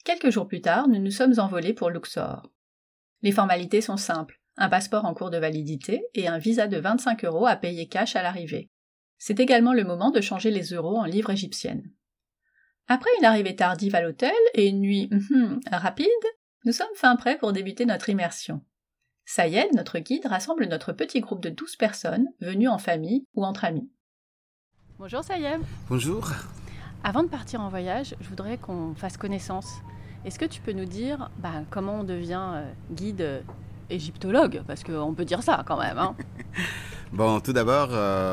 Quelques jours plus tard, nous nous sommes envolés pour Luxor. Les formalités sont simples, un passeport en cours de validité et un visa de 25 € à payer cash à l'arrivée. C'est également le moment de changer les euros en livres égyptiennes. Après une arrivée tardive à l'hôtel et une nuit rapide, nous sommes fin prêts pour débuter notre immersion. Sayed, notre guide, rassemble notre petit groupe de 12 personnes, venues en famille ou entre amis. Bonjour Sayed. Bonjour. Avant de partir en voyage, je voudrais qu'on fasse connaissance. Est-ce que tu peux nous dire comment on devient guide égyptologue? Parce qu'on peut dire ça quand même. Hein. Bon, tout d'abord,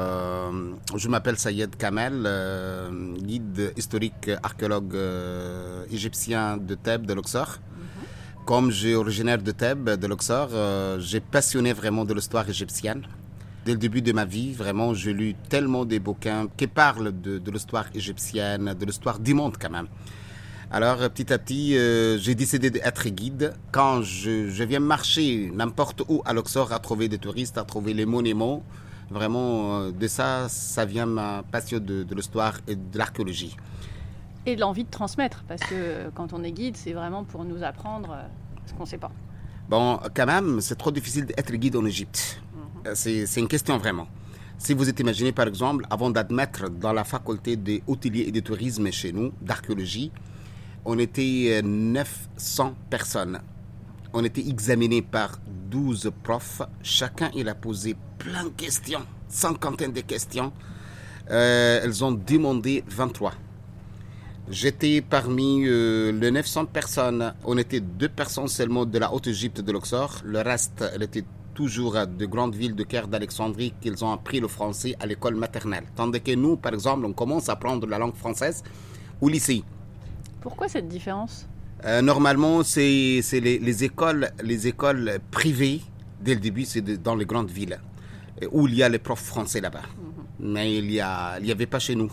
je m'appelle Sayed Kamel, guide historique archéologue égyptien de Thèbes, de Luxor. Comme je suis originaire de Thèbes, de Luxor, j'ai passionné vraiment de l'histoire égyptienne. Dès le début de ma vie, vraiment, j'ai lu tellement de bouquins qui parlent de l'histoire égyptienne, de l'histoire du monde quand même. Alors, petit à petit, j'ai décidé d'être guide. Quand je viens marcher n'importe où à Luxor, à trouver des touristes, à trouver les monuments, vraiment, de ça vient ma passion de l'histoire et de l'archéologie. Et de l'envie de transmettre, parce que quand on est guide, c'est vraiment pour nous apprendre ce qu'on ne sait pas. Bon, quand même, c'est trop difficile d'être guide en Égypte. C'est une question vraiment. Si vous imaginez, par exemple, avant d'admettre dans la faculté des hôteliers et de tourisme chez nous, d'archéologie, on était 900 personnes. On était examinés par 12 profs. Chacun, il a posé plein de questions, cinquantaine de questions. Elles ont demandé 23. J'étais parmi les 900 personnes. On était 2 personnes seulement de la Haute-Égypte de Luxor. Le reste, elle était toujours de grandes villes de Caire, d'Alexandrie, qu'ils ont appris le français à l'école maternelle. Tandis que nous, par exemple, on commence à apprendre la langue française au lycée. Pourquoi cette différence ? Normalement, c'est les écoles privées, dès le début, c'est dans les grandes villes, où il y a les profs français là-bas. Mais il y avait pas chez nous.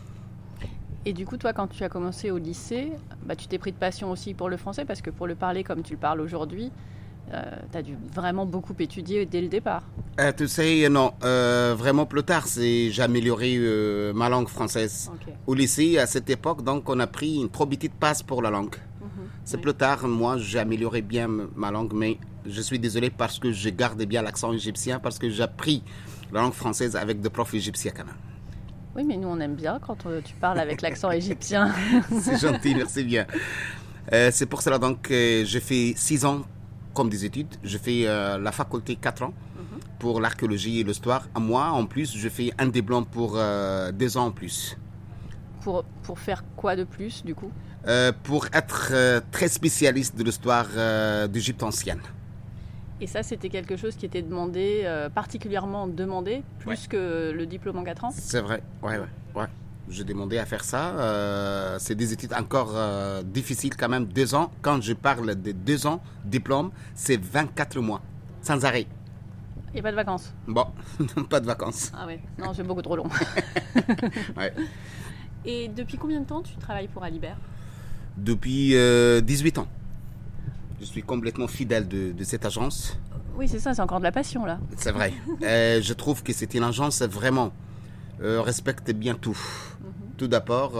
Et du coup, toi, quand tu as commencé au lycée, tu t'es pris de passion aussi pour le français, parce que pour le parler comme tu le parles aujourd'hui, tu as dû vraiment beaucoup étudier dès le départ. Tu sais, non. Vraiment plus tard, j'ai amélioré ma langue française. Okay. Au lycée, à cette époque, donc, on a pris une trop petite passe pour la langue. C'est plus tard, moi, j'ai amélioré bien ma langue, mais je suis désolé parce que je garde bien l'accent égyptien, parce que j'ai appris la langue française avec des profs égyptiens quand même. Oui, mais nous, on aime bien quand tu parles avec l'accent égyptien. C'est gentil, merci bien. C'est pour cela, donc, j'ai fait 6 ans comme des études. Je fais la faculté 4 ans pour l'archéologie et l'histoire. Moi, en plus, je fais un diplôme pour 2 ans en plus. Pour faire quoi de plus, du coup ? Pour être très spécialiste de l'histoire d'Égypte ancienne. Et ça, c'était quelque chose qui était demandé, particulièrement demandé, plus que le diplôme en 4 ans ? C'est vrai, ouais. J'ai demandé à faire ça. C'est des études encore difficiles quand même. 2 ans, quand je parle de 2 ans, diplôme, c'est 24 mois, sans arrêt. Il n'y a pas de vacances ? Bon, pas de vacances. Ah oui, non, c'est beaucoup trop long. Ouais. Et depuis combien de temps tu travailles pour Alibert ? Depuis 18 ans. Je suis complètement fidèle de cette agence. Oui, c'est ça, c'est encore de la passion là. C'est vrai. Je trouve que c'est une agence vraiment respecte bien tout. Tout d'abord,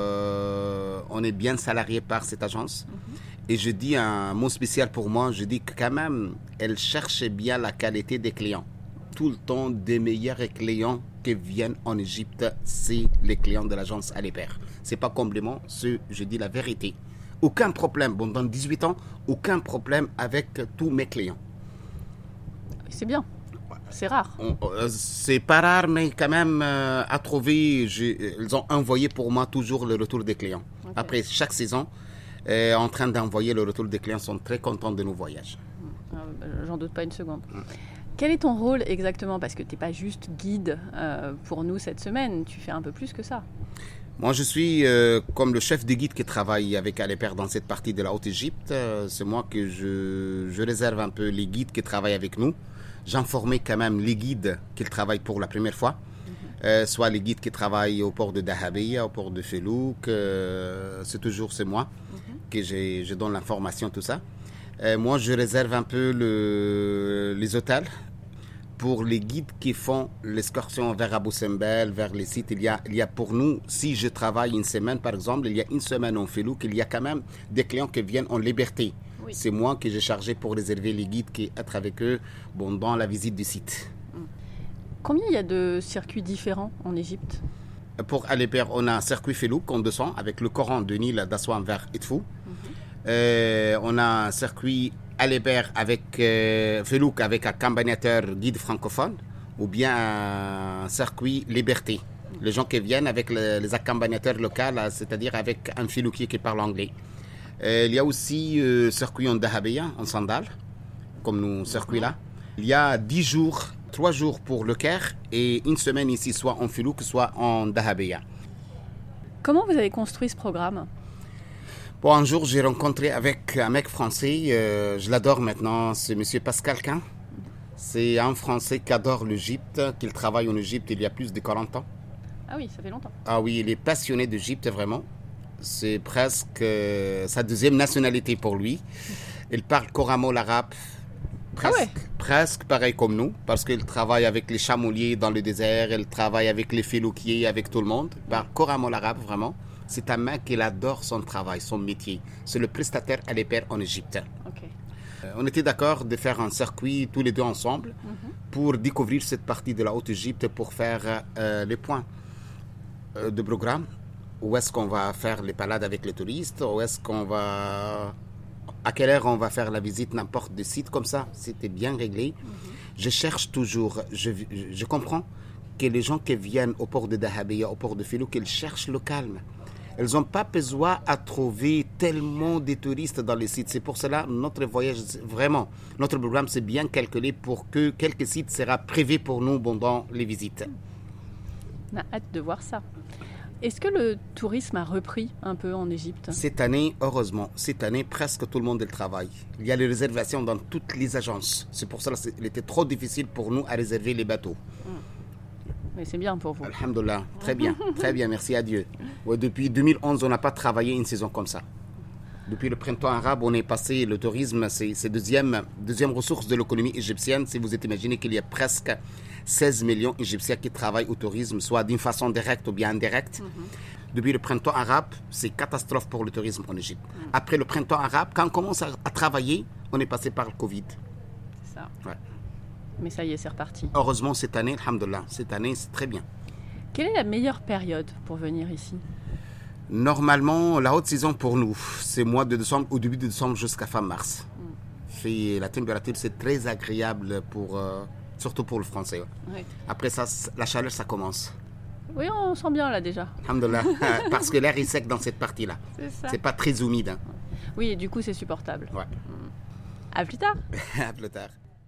on est bien salarié par cette agence. Et je dis un mot spécial pour moi, je dis que quand même, elle cherche bien la qualité des clients. Tout le temps, des meilleurs clients qui viennent en Égypte, c'est les clients de l'agence Alibert. C'est pas compliment, je dis la vérité. Aucun problème, bon, dans 18 ans, aucun problème avec tous mes clients. C'est bien, c'est rare. C'est pas rare, mais quand même, à trouver, ils ont envoyé pour moi toujours le retour des clients. Okay. Après chaque saison, en train d'envoyer le retour des clients, sont très contents de nos voyages. J'en doute pas une seconde. Quel est ton rôle exactement ? Parce que tu n'es pas juste guide pour nous cette semaine, tu fais un peu plus que ça. Moi, je suis comme le chef de guide qui travaille avec Alibert dans cette partie de la Haute-Égypte. C'est moi que je réserve un peu les guides qui travaillent avec nous. J'informais quand même les guides qui travaillent pour la première fois. Soit les guides qui travaillent au port de Dahabeya, au port de Felouk. C'est moi que je donne l'information, tout ça. Moi, je réserve un peu les hôtels Pour les guides qui font l'excursion vers Abou Simbel, vers les sites, il y a pour nous, si je travaille une semaine par exemple, il y a une semaine en Felouk, il y a quand même des clients qui viennent en liberté. Oui. C'est moi qui j'ai chargé pour réserver les guides qui être avec eux dans la visite du site. Combien il y a de circuits différents en Égypte? Pour Alper, on a un circuit Felouk, on descend avec le Coran de Nil d'Aswan vers Edfou. On a un circuit Alper avec Felouk avec un accompagnateur guide francophone ou bien un circuit Liberté. Les gens qui viennent avec les accompagnateurs locaux, c'est-à-dire avec un Feloukier qui parle anglais. Il y a aussi circuit en Dahabeya, en sandales, comme nous circuit là. Il y a 10 jours, 3 jours pour le Caire et une semaine ici, soit en Felouk, soit en Dahabeya. Comment vous avez construit ce programme? Bon, un jour, j'ai rencontré avec un mec français, je l'adore maintenant, c'est M. Pascal Quin. C'est un Français qui adore l'Égypte, qui travaille en Égypte il y a plus de 40 ans. Ah oui, ça fait longtemps. Ah oui, il est passionné d'Égypte, vraiment. C'est presque sa deuxième nationalité pour lui. Il parle couramment l'arabe, presque pareil comme nous, parce qu'il travaille avec les chameliers dans le désert, il travaille avec les Feloukiers, avec tout le monde. Il parle couramment l'arabe, vraiment. C'est un mec qui adore son travail, son métier. C'est le prestataire à l'EPR en Égypte. Okay. On était d'accord de faire un circuit tous les deux ensemble pour découvrir cette partie de la Haute-Égypte, pour faire les points de programme. Où est-ce qu'on va faire les balades avec les touristes? Où est-ce qu'on va... À quelle heure on va faire la visite, n'importe des sites comme ça. C'était bien réglé. Je cherche toujours, je comprends que les gens qui viennent au port de Dahabeya, au port de Felouk, ils cherchent le calme. Ils n'ont pas besoin à trouver tellement de touristes dans les sites. C'est pour cela notre voyage, vraiment, notre programme, c'est bien calculé pour que quelques sites seront privés pour nous pendant les visites. On a hâte de voir ça. Est-ce que le tourisme a repris un peu en Égypte? Cette année, heureusement, cette année, presque tout le monde travaille. Il y a les réservations dans toutes les agences. C'est pour cela qu'il était trop difficile pour nous à réserver les bateaux. Mais c'est bien pour vous. Alhamdoulilah, très bien, merci à Dieu. Ouais, depuis 2011, on n'a pas travaillé une saison comme ça. Depuis le printemps arabe, on est passé, le tourisme, c'est deuxième ressource de l'économie égyptienne. Si vous imaginez qu'il y a presque 16 millions d'Égyptiens qui travaillent au tourisme, soit d'une façon directe ou bien indirecte. Depuis le printemps arabe, c'est catastrophe pour le tourisme en Égypte. Après le printemps arabe, quand on commence à travailler, on est passé par le Covid. C'est ça. Ouais. Mais ça y est, c'est reparti. Heureusement, cette année, alhamdoulilah, cette année, c'est très bien. Quelle est la meilleure période pour venir ici? Normalement, la haute saison pour nous, c'est mois de décembre, au début de décembre jusqu'à fin mars. La température, c'est très agréable, surtout pour le français. Oui. Après ça, la chaleur, ça commence. Oui, on sent bien là déjà. Alhamdoulilah, parce que l'air est sec dans cette partie-là. C'est ça. C'est pas très humide. Oui, et du coup, c'est supportable. Ouais. À plus tard. À plus tard.